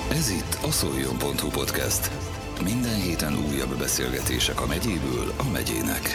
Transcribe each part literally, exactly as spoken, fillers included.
Ez itt a szóljon pont hu podcast. Minden héten újabb beszélgetések a megyéből a megyének.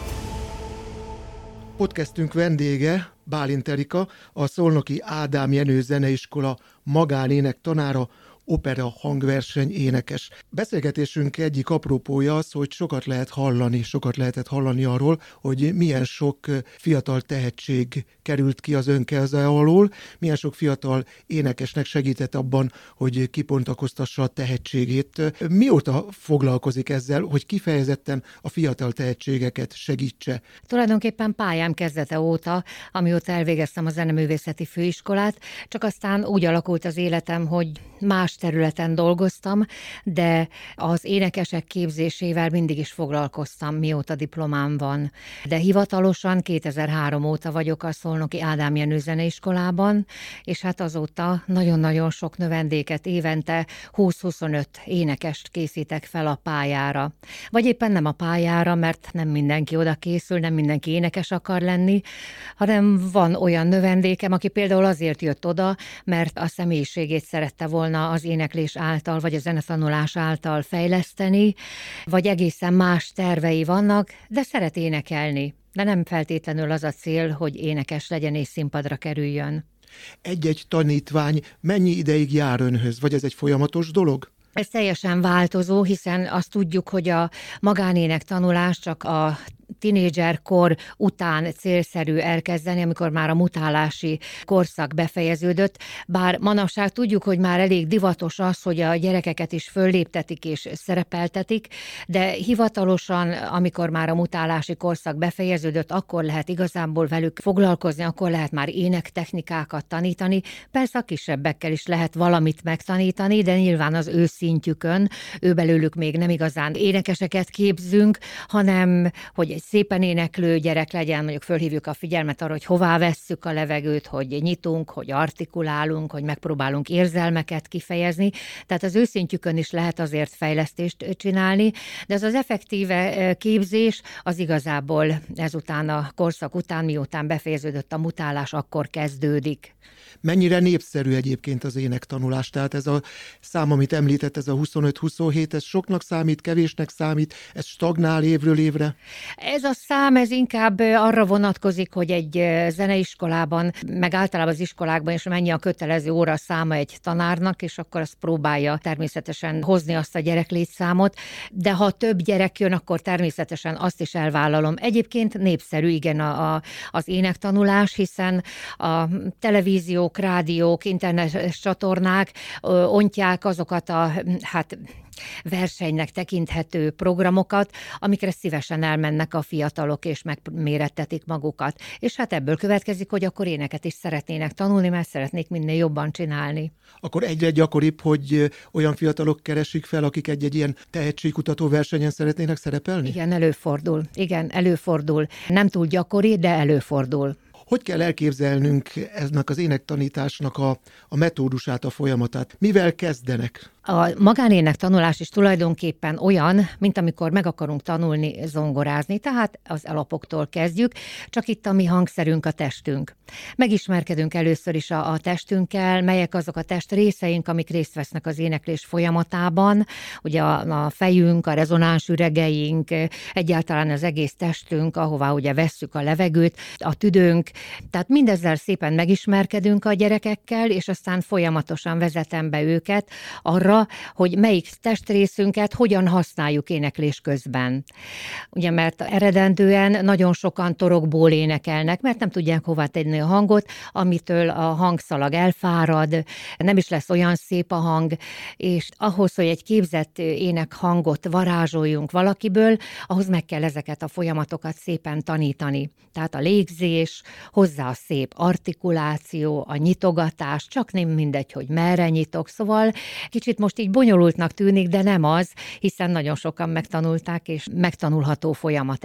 Podcastünk vendége Bálint Erika, a Szolnoki Ádám Jenő Zeneiskola magánének tanára, opera hangverseny énekes. Beszélgetésünk egyik apropója az, hogy sokat lehet hallani, sokat lehetett hallani arról, hogy milyen sok fiatal tehetség került ki az önkeze alól, milyen sok fiatal énekesnek segített abban, hogy kipontakoztassa a tehetségét. Mióta foglalkozik ezzel, hogy kifejezetten a fiatal tehetségeket segítse? Tulajdonképpen pályám kezdete óta, amióta elvégeztem a zeneművészeti főiskolát, csak aztán úgy alakult az életem, hogy más területen dolgoztam, de az énekesek képzésével mindig is foglalkoztam, mióta diplomám van. De hivatalosan kétezer-három óta vagyok a Szolnoki Ádám Jenő Zeneiskolában, és hát azóta nagyon-nagyon sok növendéket évente húsz-huszonöt énekest készítek fel a pályára. Vagy éppen nem a pályára, mert nem mindenki oda készül, nem mindenki énekes akar lenni, hanem van olyan növendékem, aki például azért jött oda, mert a személyiségét szerette volna az éneklés által, vagy a zenetanulás által fejleszteni, vagy egészen más tervei vannak, de szeret énekelni. De nem feltétlenül az a cél, hogy énekes legyen és színpadra kerüljön. Egy-egy tanítvány mennyi ideig jár önhöz, vagy ez egy folyamatos dolog? Ez teljesen változó, hiszen azt tudjuk, hogy a magánének tanulás csak a tinédzserkor után célszerű elkezdeni, amikor már a mutálási korszak befejeződött, bár manapság tudjuk, hogy már elég divatos az, hogy a gyerekeket is fölléptetik és szerepeltetik, de hivatalosan, amikor már a mutálási korszak befejeződött, akkor lehet igazából velük foglalkozni, akkor lehet már énektechnikákat tanítani. Persze a kisebbekkel is lehet valamit megtanítani, de nyilván az ő szintjükön, ő belőlük még nem igazán énekeseket képzünk, hanem hogy egy szépen éneklő gyerek legyen, mondjuk fölhívjuk a figyelmet arra, hogy hová vesszük a levegőt, hogy nyitunk, hogy artikulálunk, hogy megpróbálunk érzelmeket kifejezni. Tehát az őszintjükön is lehet azért fejlesztést csinálni, de ez az effektíve képzés az igazából ezután a korszak után, miután befejeződött a mutálás, akkor kezdődik. Mennyire népszerű egyébként az énektanulás? Tehát ez a szám, amit említett, ez a huszonöt-huszonhét, ez soknak számít, kevésnek számít, ez stagnál évről évre? Ez a szám, ez inkább arra vonatkozik, hogy egy zeneiskolában, meg általában az iskolákban is mennyi a kötelező óra száma egy tanárnak, és akkor azt próbálja természetesen hozni azt a gyereklétszámot, de ha több gyerek jön, akkor természetesen azt is elvállalom. Egyébként népszerű, igen, a, a, az énektanulás, hiszen a televíziók, rádiók, internetes csatornák ö, ontják azokat a, hát versenynek tekinthető programokat, amikre szívesen elmennek a fiatalok, és megmérettetik magukat. És hát ebből következik, hogy akkor éneket is szeretnének tanulni, mert szeretnék minél jobban csinálni. Akkor egyre gyakoribb, hogy olyan fiatalok keresik fel, akik egy-egy ilyen tehetségkutató versenyen szeretnének szerepelni? Igen, előfordul. Igen, előfordul. Nem túl gyakori, de előfordul. Hogy kell elképzelnünk ennek az énektanításnak a, a metódusát, a folyamatát? Mivel kezdenek? A magánének tanulás is tulajdonképpen olyan, mint amikor meg akarunk tanulni zongorázni, tehát az alapoktól kezdjük, csak itt a mi hangszerünk a testünk. Megismerkedünk először is a, a testünkkel, melyek azok a testrészeink, amik részt vesznek az éneklés folyamatában, ugye a, a fejünk, a rezonáns üregeink, egyáltalán az egész testünk, ahová ugye vesszük a levegőt, a tüdőnk, tehát mindezzel szépen megismerkedünk a gyerekekkel, és aztán folyamatosan vezetem be őket arra, hogy melyik testrészünket hogyan használjuk éneklés közben. Ugye, mert eredendően nagyon sokan torokból énekelnek, mert nem tudják hova tenni a hangot, amitől a hangszalag elfárad, nem is lesz olyan szép a hang, és ahhoz, hogy egy képzett énekhangot varázsoljunk valakiből, ahhoz meg kell ezeket a folyamatokat szépen tanítani. Tehát a légzés, hozzá a szép artikuláció, a nyitogatás, csak nem mindegy, hogy merre nyitok, szóval kicsit most így bonyolultnak tűnik, de nem az, hiszen nagyon sokan megtanulták, és megtanulható folyamat ez.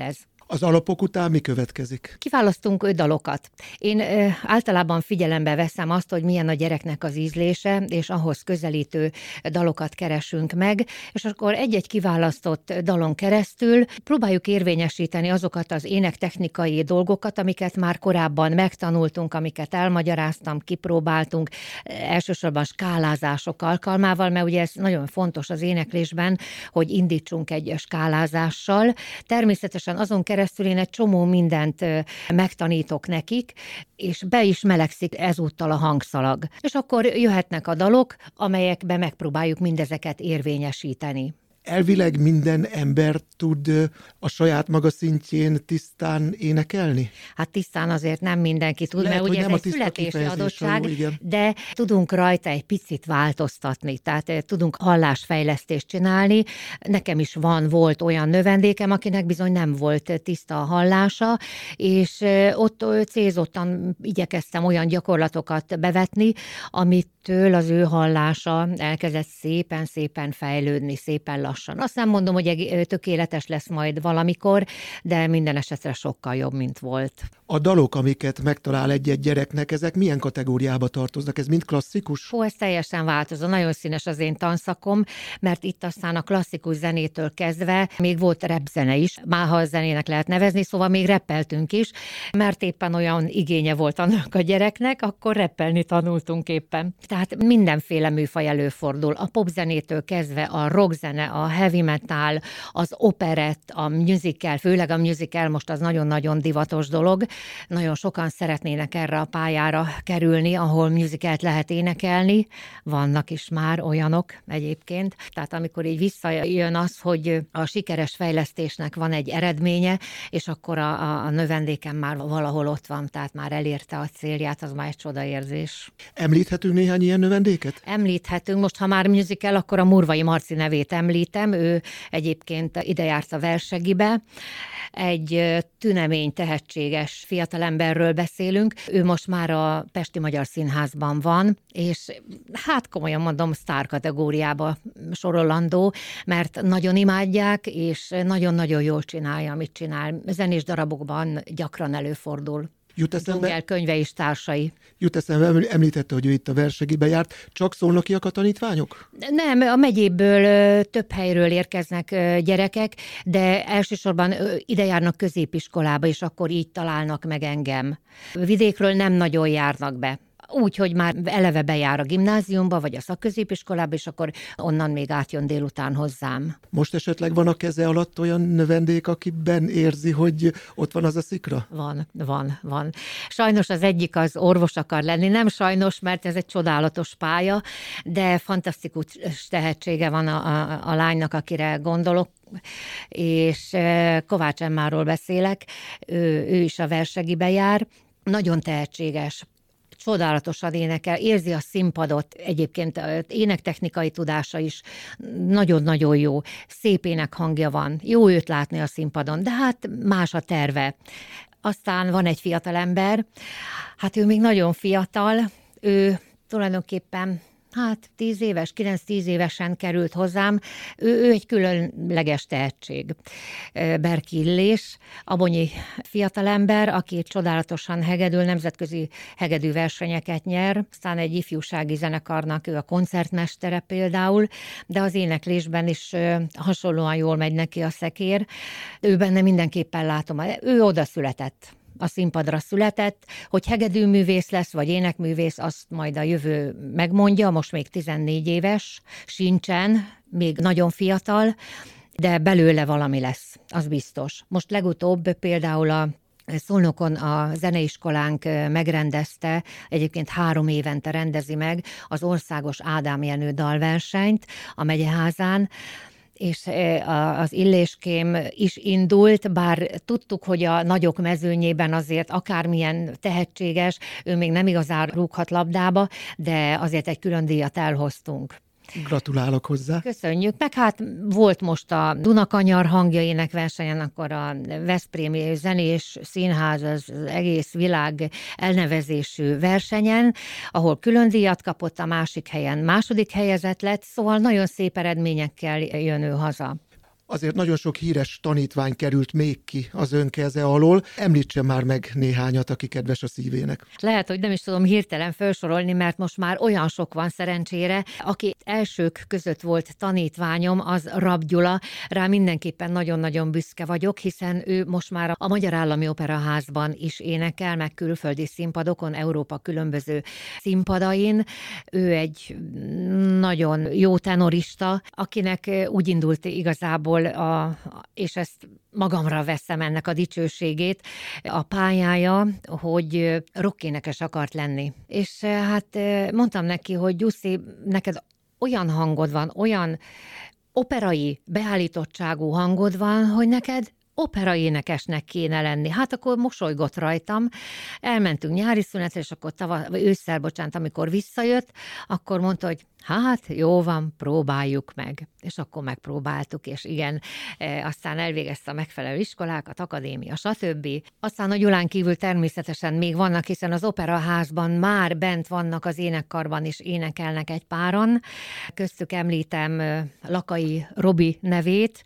Az alapok után mi következik? Kiválasztunk öt dalokat. Én ö, általában figyelembe veszem azt, hogy milyen a gyereknek az ízlése, és ahhoz közelítő dalokat keresünk meg, és akkor egy-egy kiválasztott dalon keresztül próbáljuk érvényesíteni azokat az énektechnikai dolgokat, amiket már korábban megtanultunk, amiket elmagyaráztam, kipróbáltunk, elsősorban skálázások alkalmával, mert ugye ez nagyon fontos az éneklésben, hogy indítsunk egy skálázással. Természetesen azon keresztül én egy csomó mindent megtanítok nekik, és be is melegszik ezúttal a hangszalag. És akkor jöhetnek a dalok, amelyekben megpróbáljuk mindezeket érvényesíteni. Elvileg minden ember tud a saját maga szintjén tisztán énekelni? Hát tisztán azért nem mindenki tud, Lehet, mert ugye ez a egy tiszta születési kifejezés adottság, jó, igen. de tudunk rajta egy picit változtatni, tehát eh, tudunk hallásfejlesztést csinálni. Nekem is van, volt olyan növendékem, akinek bizony nem volt tiszta a hallása, és eh, ott eh, célzottan igyekeztem olyan gyakorlatokat bevetni, amitől az ő hallása elkezdett szépen-szépen fejlődni, szépen lassan. Azt nem mondom, hogy eg- tökéletes lesz majd valamikor, de minden esetre sokkal jobb, mint volt. A dalok, amiket megtalál egy-egy gyereknek, ezek milyen kategóriába tartoznak? Ez mind klasszikus? Hó, ez teljesen változó. Nagyon színes az én tanszakom, mert itt aztán a klasszikus zenétől kezdve még volt rapzene is, már ha a zenének lehet nevezni, szóval még rappeltünk is, mert éppen olyan igénye volt annak a gyereknek, akkor rappelni tanultunk éppen. Tehát mindenféle műfaj előfordul. A popzenétől kezdve a rockzene, a heavy metal, az operett, a musical, főleg a musical most az nagyon-nagyon divatos dolog. Nagyon sokan szeretnének erre a pályára kerülni, ahol musicalt lehet énekelni. Vannak is már olyanok egyébként. Tehát amikor így visszajön az, hogy a sikeres fejlesztésnek van egy eredménye, és akkor a, a, a növendékem már valahol ott van, tehát már elérte a célját, az már egy csodaérzés. Említhetünk néhány ilyen növendéket? Említhetünk, most ha már musical, akkor a Murvai Marci nevét említem, ő egyébként ide járt a Versegibe. Egy tünemény, tehetséges fiatalemberről beszélünk. Ő most már a Pesti Magyar Színházban van, és hát komolyan mondom, sztár kategóriába sorolandó, mert nagyon imádják, és nagyon-nagyon jól csinálja, amit csinál. Zenés darabokban gyakran előfordul. Jut eszembe, Dungel könyve is társai. jut eszembe, említette, hogy ő itt a Versegibe járt. Csak szolnokiak a tanítványok? Nem, a megyéből ö, több helyről érkeznek ö, gyerekek, de elsősorban ö, ide járnak középiskolába, és akkor így találnak meg engem. Vidékről nem nagyon járnak be. Úgy, hogy már eleve bejár a gimnáziumba, vagy a szakközépiskolába, és akkor onnan még átjön délután hozzám. Most esetleg van a keze alatt olyan növendék, akiben érzi, hogy ott van az a szikra? Van, van, van. Sajnos az egyik az orvos akar lenni, nem sajnos, mert ez egy csodálatos pálya, de fantasztikus tehetsége van a, a, a lánynak, akire gondolok, és Kovács Emmáról beszélek, ő, ő is a Versegibe jár, nagyon tehetséges. Csodálatosan énekel, érzi a színpadot, egyébként énektechnikai tudása is nagyon-nagyon jó, szép énekhangja van, jó őt látni a színpadon, de hát más a terve. Aztán van egy fiatalember, hát ő még nagyon fiatal, ő tulajdonképpen hát tíz éves, kilenc-tíz évesen került hozzám, ő, ő egy különleges tehetség. Berki Illés, abonyi fiatalember, aki csodálatosan hegedül, nemzetközi hegedű versenyeket nyer, aztán egy ifjúsági zenekarnak ő a koncertmestere például, de az éneklésben is hasonlóan jól megy neki a szekér. Ő benne mindenképpen látom, ő oda született. A színpadra született, hogy hegedűművész lesz, vagy énekművész, azt majd a jövő megmondja, most még tizennégy éves, sincsen, még nagyon fiatal, de belőle valami lesz, az biztos. Most legutóbb például a Szolnokon a zeneiskolánk megrendezte, egyébként három évente rendezi meg az országos Ádám Jenő dalversenyt a megyeházán, és az Illéském is indult, bár tudtuk, hogy a nagyok mezőnyében azért akármilyen tehetséges, ő még nem igazán rúghat labdába, de azért egy külön díjat elhoztunk. Gratulálok hozzá. Köszönjük, meg hát volt most a Dunakanyar hangja énekversenyen, akkor a Veszprémi Zenés Színház az egész világ elnevezésű versenyen, ahol külön díjat kapott, a másik helyen második helyezett lett, szóval nagyon szép eredményekkel jön ő haza. azért nagyon sok híres tanítvány került még ki az ön keze alól. Említse már meg néhányat, aki kedves a szívének. Lehet, hogy nem is tudom hirtelen felsorolni, mert most már olyan sok van szerencsére. Aki elsők között volt tanítványom, az Rab Gyula. Rá mindenképpen nagyon-nagyon büszke vagyok, hiszen ő most már a Magyar Állami Operaházban is énekel, meg külföldi színpadokon, Európa különböző színpadain. Ő egy nagyon jó tenorista, akinek úgy indult igazából, a, és ezt magamra veszem ennek a dicsőségét, a pályája, hogy rockénekes akart lenni. És hát mondtam neki, hogy Gyuszi, neked olyan hangod van, olyan operai beállítottságú hangod van, hogy neked operaénekesnek kéne lenni. Hát akkor mosolygott rajtam, elmentünk nyári szünetre, és akkor tava, vagy ősszel, bocsánat, amikor visszajött, akkor mondta, hogy hát jó van, próbáljuk meg. És akkor megpróbáltuk, és igen, e, aztán elvégezte a megfelelő iskolákat, akadémia, stb. Aztán a Gyulán kívül természetesen még vannak, hiszen az operaházban már bent vannak az énekkarban, és énekelnek egy páran. Köztük említem Lakai Robi nevét,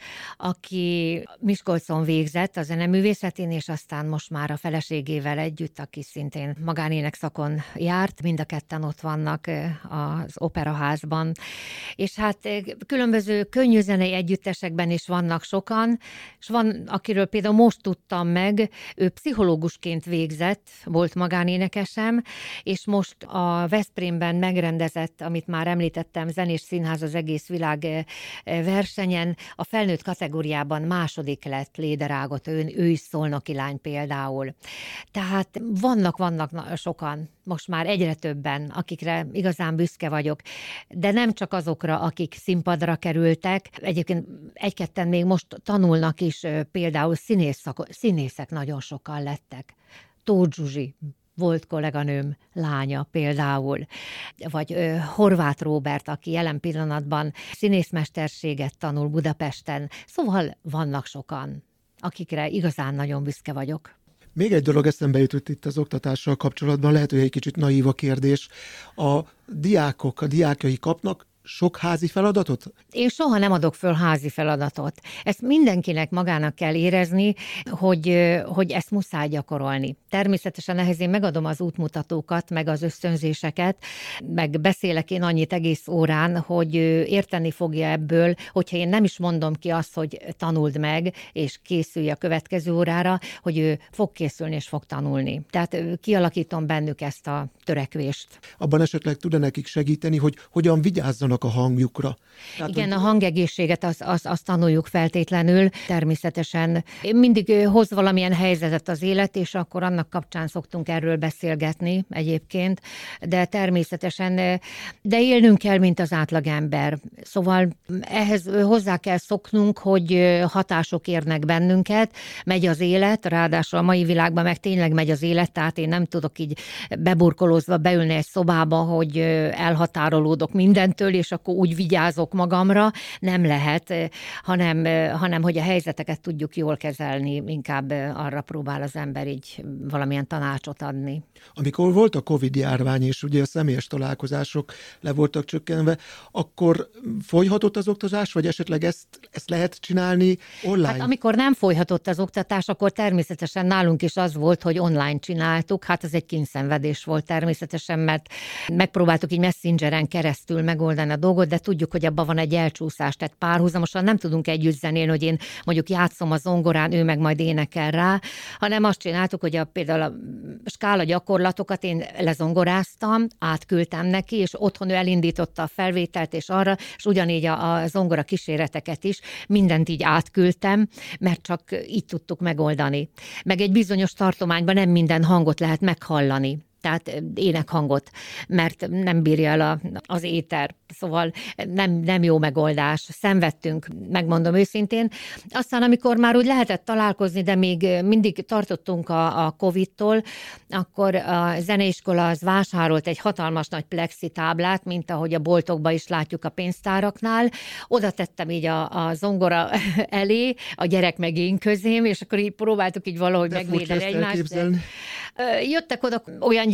aki Miskolcon végzett a zeneművészetén, és aztán most már a feleségével együtt, aki szintén magánének szakon járt, mind a ketten ott vannak az operaházban. És hát különböző könnyűzenei együttesekben is vannak sokan, és van, akiről például most tudtam meg, ő pszichológusként végzett, volt magánénekesem, és most a Veszprémben megrendezett, amit már említettem, zenés színház az egész világ versenyen, a felnőtt kategóriában második lett Léderágot, ő, ő is szolnoki lány például. Tehát vannak, vannak sokan, most már egyre többen, akikre igazán büszke vagyok, de nem csak azokra, akik színpadra kerültek, egyébként egy-ketten még most tanulnak is, például színész szako- színészek nagyon sokan lettek. Tóth Zsuzsi volt kolléganőm lánya például, vagy ö, Horváth Róbert, aki jelen pillanatban színészmesterséget tanul Budapesten. Szóval vannak sokan, akikre igazán nagyon büszke vagyok. Még egy dolog eszembe jutott itt az oktatással kapcsolatban, lehet, hogy egy kicsit naív a kérdés. A diákok, a diákjai kapnak sok házi feladatot? Én soha nem adok föl házi feladatot. Ezt mindenkinek magának kell érezni, hogy, hogy ezt muszáj gyakorolni. Természetesen ehhez én megadom az útmutatókat, meg az ösztönzéseket, meg beszélek én annyit egész órán, hogy érteni fogja ebből, hogyha én nem is mondom ki azt, hogy tanuld meg, és készülj a következő órára, hogy ő fog készülni és fog tanulni. Tehát kialakítom bennük ezt a törekvést. Abban esetleg tud nekik segíteni, hogy hogyan vigyázzanak a hangjukra. Tehát, igen, hogy... a hangegészséget azt az, az tanuljuk feltétlenül. Természetesen mindig hoz valamilyen helyzetet az élet, és akkor annak kapcsán szoktunk erről beszélgetni egyébként, de természetesen, de élnünk kell, mint az átlagember. Szóval ehhez hozzá kell szoknunk, hogy hatások érnek bennünket, megy az élet, ráadásul a mai világban meg tényleg megy az élet, tehát én nem tudok így beburkolózva beülni egy szobába, hogy elhatárolódok mindentől, és akkor úgy vigyázok magamra, nem lehet, hanem, hanem hogy a helyzeteket tudjuk jól kezelni, inkább arra próbál az ember így valamilyen tanácsot adni. Amikor volt a Covid-járvány, és ugye a személyes találkozások le voltak csökkenve, akkor folyhatott az oktatás, vagy esetleg ezt, ezt lehet csinálni online? Hát amikor nem folyhatott az oktatás, akkor természetesen nálunk is az volt, hogy online csináltuk, hát ez egy kínszenvedés volt természetesen, mert megpróbáltuk így messengeren keresztül megoldani a dolgot, de tudjuk, hogy abban van egy elcsúszás, tehát párhuzamosan nem tudunk együtt zenélni, hogy én mondjuk játszom a zongorán, ő meg majd énekel rá, hanem azt csináltuk, hogy a, például a skála gyakorlatokat én lezongoráztam, átküldtem neki, és otthon ő elindította a felvételt, és arra, és ugyanígy a, a zongora kíséreteket is, mindent így átküldtem, mert csak így tudtuk megoldani. Meg egy bizonyos tartományban nem minden hangot lehet meghallani, tehát énekhangot, mert nem bírja el a, az éter. Szóval nem, nem jó megoldás. Szenvedtünk, megmondom őszintén. Aztán, amikor már úgy lehetett találkozni, de még mindig tartottunk a, a Covid-tól, akkor a zeneiskola az vásárolt egy hatalmas nagy plexi táblát, mint ahogy a boltokban is látjuk a pénztáraknál. Oda tettem így a, a zongora elé, a gyerek meg én közém, és akkor így próbáltuk így valahogy de megvédeni egymást. Elképzelni. Jöttek oda olyan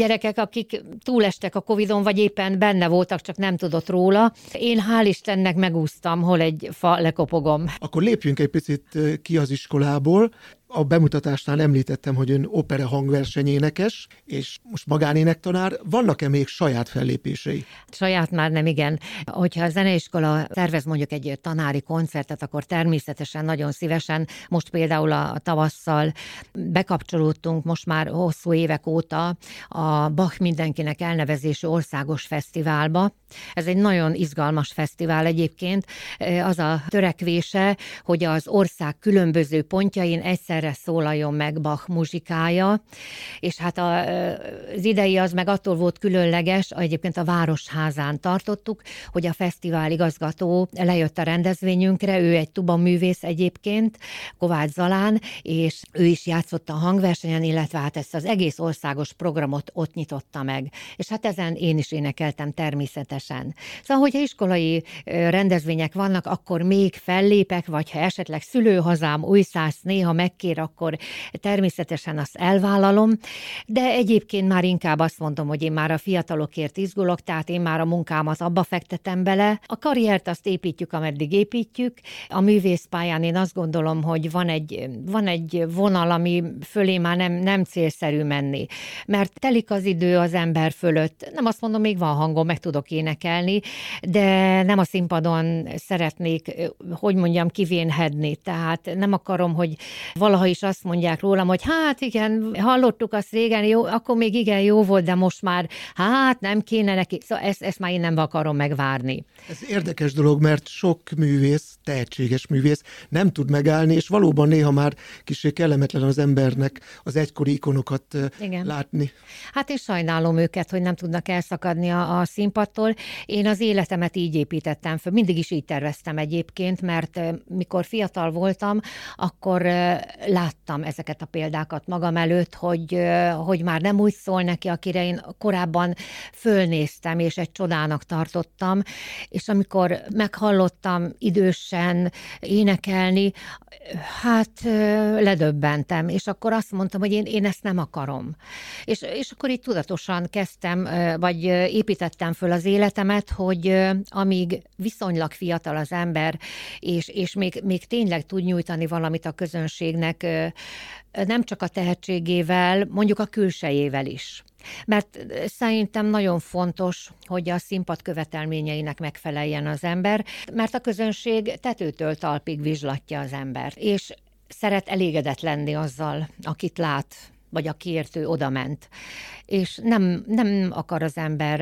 gyerekek, akik túlestek a Covidon, vagy éppen benne voltak, csak nem tudott róla. Én hál' Istennek megúsztam, hol egy fa lekopogom. Akkor lépjünk egy picit ki az iskolából. A bemutatásnál említettem, hogy ön opera hangversenyénekes, és most magánénektanár. Vannak-e még saját fellépései? Saját már nem, igen. Hogyha a zeneiskola tervez mondjuk egy tanári koncertet, akkor természetesen nagyon szívesen, most például a tavasszal bekapcsolódtunk most már hosszú évek óta a Bach mindenkinek elnevezésű országos fesztiválba. Ez egy nagyon izgalmas fesztivál egyébként. Az a törekvése, hogy az ország különböző pontjain egyszerre szólaljon meg Bach muzsikája, és hát a, az idei az meg attól volt különleges, egyébként a Városházán tartottuk, hogy a fesztivál igazgató lejött a rendezvényünkre, ő egy tubaművész egyébként, Kovács Zalán, és ő is játszott a hangversenyen, illetve hát ezt az egész országos programot ott nyitotta meg. És hát ezen én is énekeltem természetesen. Szóval, hogyha iskolai rendezvények vannak, akkor még fellépek, vagy ha esetleg szülőhazám, újszász néha megkér, akkor természetesen azt elvállalom, de egyébként már inkább azt mondom, hogy én már a fiatalokért izgulok, tehát én már a munkámat abba fektetem bele. A karriert azt építjük, ameddig építjük. A művészpályán én azt gondolom, hogy van egy, van egy vonal, ami fölé már nem, nem célszerű menni, mert telik az idő az ember fölött. Nem azt mondom, még van hangom, meg tudok énekelni, de nem a színpadon szeretnék, hogy mondjam, kivénhedni. Tehát nem akarom, hogy valaha is azt mondják rólam, hogy hát igen, hallottuk azt régen, jó, akkor még igen jó volt, de most már hát nem kéne neki. Szóval ezt, ezt már én nem akarom megvárni. Ez érdekes dolog, mert sok művész, tehetséges művész nem tud megállni, és valóban néha már kicsit kellemetlen az embernek az egykori ikonokat igen. látni. Hát én sajnálom őket, hogy nem tudnak elszakadni a, a színpadtól. Én az életemet így építettem föl, mindig is így terveztem egyébként, mert mikor fiatal voltam, akkor láttam ezeket a példákat magam előtt, hogy, hogy már nem úgy szól neki, akire én korábban fölnéztem, és egy csodának tartottam, és amikor meghallottam idősen énekelni, hát ledöbbentem, és akkor azt mondtam, hogy én, én ezt nem akarom. És, és akkor így tudatosan kezdtem, vagy építettem föl az életemet, hogy amíg viszonylag fiatal az ember, és, és még, még tényleg tud nyújtani valamit a közönségnek, nem csak a tehetségével, mondjuk a külsejével is. Mert szerintem nagyon fontos, hogy a színpad követelményeinek megfeleljen az ember, mert a közönség tetőtől talpig vizslatja az embert, és szeret elégedett lenni azzal, akit lát, vagy akiért ő odament. És nem, nem akar az ember,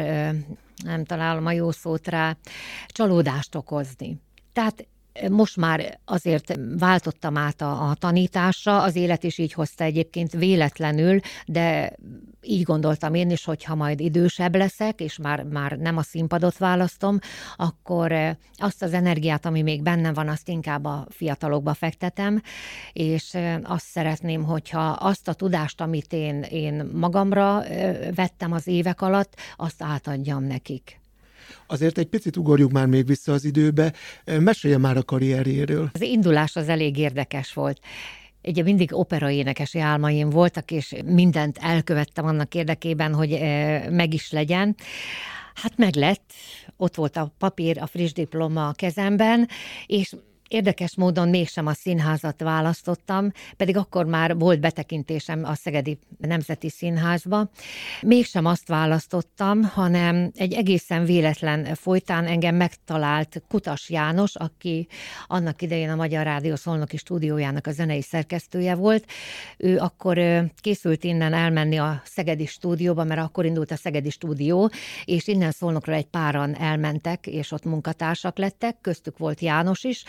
nem találom a jó szót rá, csalódást okozni. Tehát most már azért váltottam át a, a tanításra, az élet is így hozta egyébként véletlenül, de így gondoltam én is, hogy ha majd idősebb leszek, és már, már nem a színpadot választom, akkor azt az energiát, ami még bennem van, azt inkább a fiatalokba fektetem, és azt szeretném, hogyha azt a tudást, amit én, én magamra vettem az évek alatt, azt átadjam nekik. Azért egy picit ugorjuk már még vissza az időbe. Mesélje már a karrierjéről. Az indulás az elég érdekes volt. Ugye mindig operaénekesi álmaim voltak, és mindent elkövettem annak érdekében, hogy meg is legyen. Hát meg lett, ott volt a papír, a friss diploma a kezemben, és érdekes módon mégsem a színházat választottam, pedig akkor már volt betekintésem a Szegedi Nemzeti Színházba. Mégsem azt választottam, hanem egy egészen véletlen folytán engem megtalált Kutas János, aki annak idején a Magyar Rádió Szolnoki stúdiójának a zenei szerkesztője volt. Ő akkor készült innen elmenni a Szegedi stúdióba, mert akkor indult a Szegedi stúdió, és innen Szolnokra egy páran elmentek, és ott munkatársak lettek, köztük volt János is,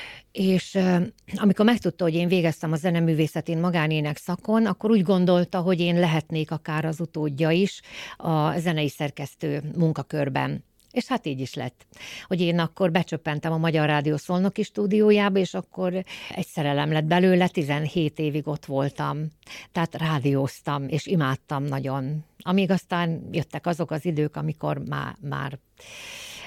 és uh, amikor megtudta, hogy én végeztem a zeneművészetén magánének szakon, akkor úgy gondolta, hogy én lehetnék akár az utódja is a zenei szerkesztő munkakörben. És hát így is lett, hogy én akkor becsöppentem a Magyar Rádió Szolnoki stúdiójába, és akkor egy szerelem lett belőle, tizenhét évig ott voltam. Tehát rádióztam, és imádtam nagyon. Amíg aztán jöttek azok az idők, amikor már, már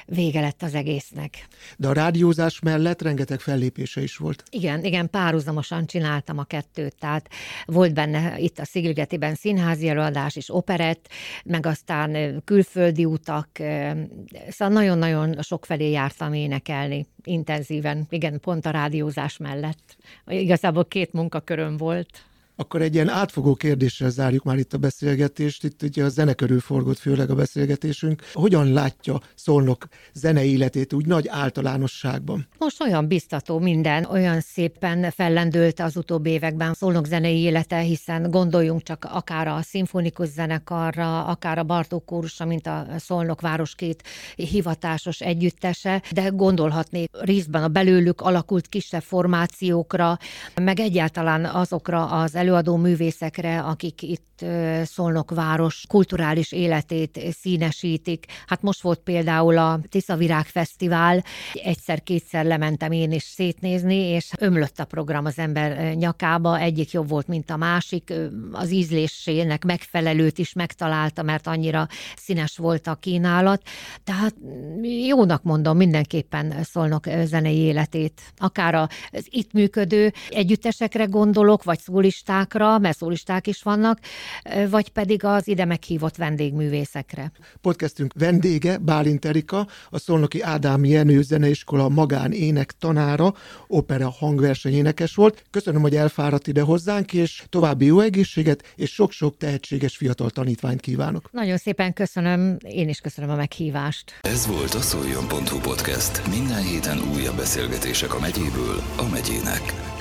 vége lett az egésznek. De a rádiózás mellett rengeteg fellépése is volt. Igen, igen, párhuzamosan csináltam a kettőt, tehát volt benne itt a Szigligetiben színházi előadás és operett, meg aztán külföldi utak, szóval nagyon-nagyon sokfelé jártam énekelni, intenzíven, igen, pont a rádiózás mellett. Igazából két munkaköröm volt. Akkor egy ilyen átfogó kérdéssel zárjuk már itt a beszélgetést. Itt ugye a zene körül forgott főleg a beszélgetésünk. Hogyan látja Szolnok zenei életét úgy nagy általánosságban? Most olyan biztató minden, olyan szépen fellendült az utóbbi években Szolnok zenei élete, hiszen gondoljunk csak akár a szimfonikus zenekarra, akár a Bartók kórusra, mint a Szolnok város két hivatásos együttese, de gondolhatnék részben a belőlük alakult kisebb formációkra, meg egyáltalán azokra az előadó művészekre, akik itt Szolnok város kulturális életét színesítik. Hát most volt például a Tiszavirág Fesztivál, egyszer-kétszer lementem én is szétnézni, és ömlött a program az ember nyakába, egyik jobb volt, mint a másik, az ízlésének megfelelőt is megtalálta, mert annyira színes volt a kínálat. Tehát jónak mondom mindenképpen Szolnok zenei életét. Akár az itt működő együttesekre gondolok, vagy szólistákra, mert szólisták is vannak, vagy pedig az ide meghívott vendégművészekre. Podcastünk vendége Bálint Erika, a Szolnoki Ádám Jenő Zeneiskola magánének tanára, opera hangverseny énekes volt. Köszönöm, hogy elfáradt ide hozzánk, és további jó egészséget, és sok-sok tehetséges fiatal tanítványt kívánok. Nagyon szépen köszönöm, én is köszönöm a meghívást. Ez volt a szoljon pont hu podcast. Minden héten újabb beszélgetések a megyéből a megyének.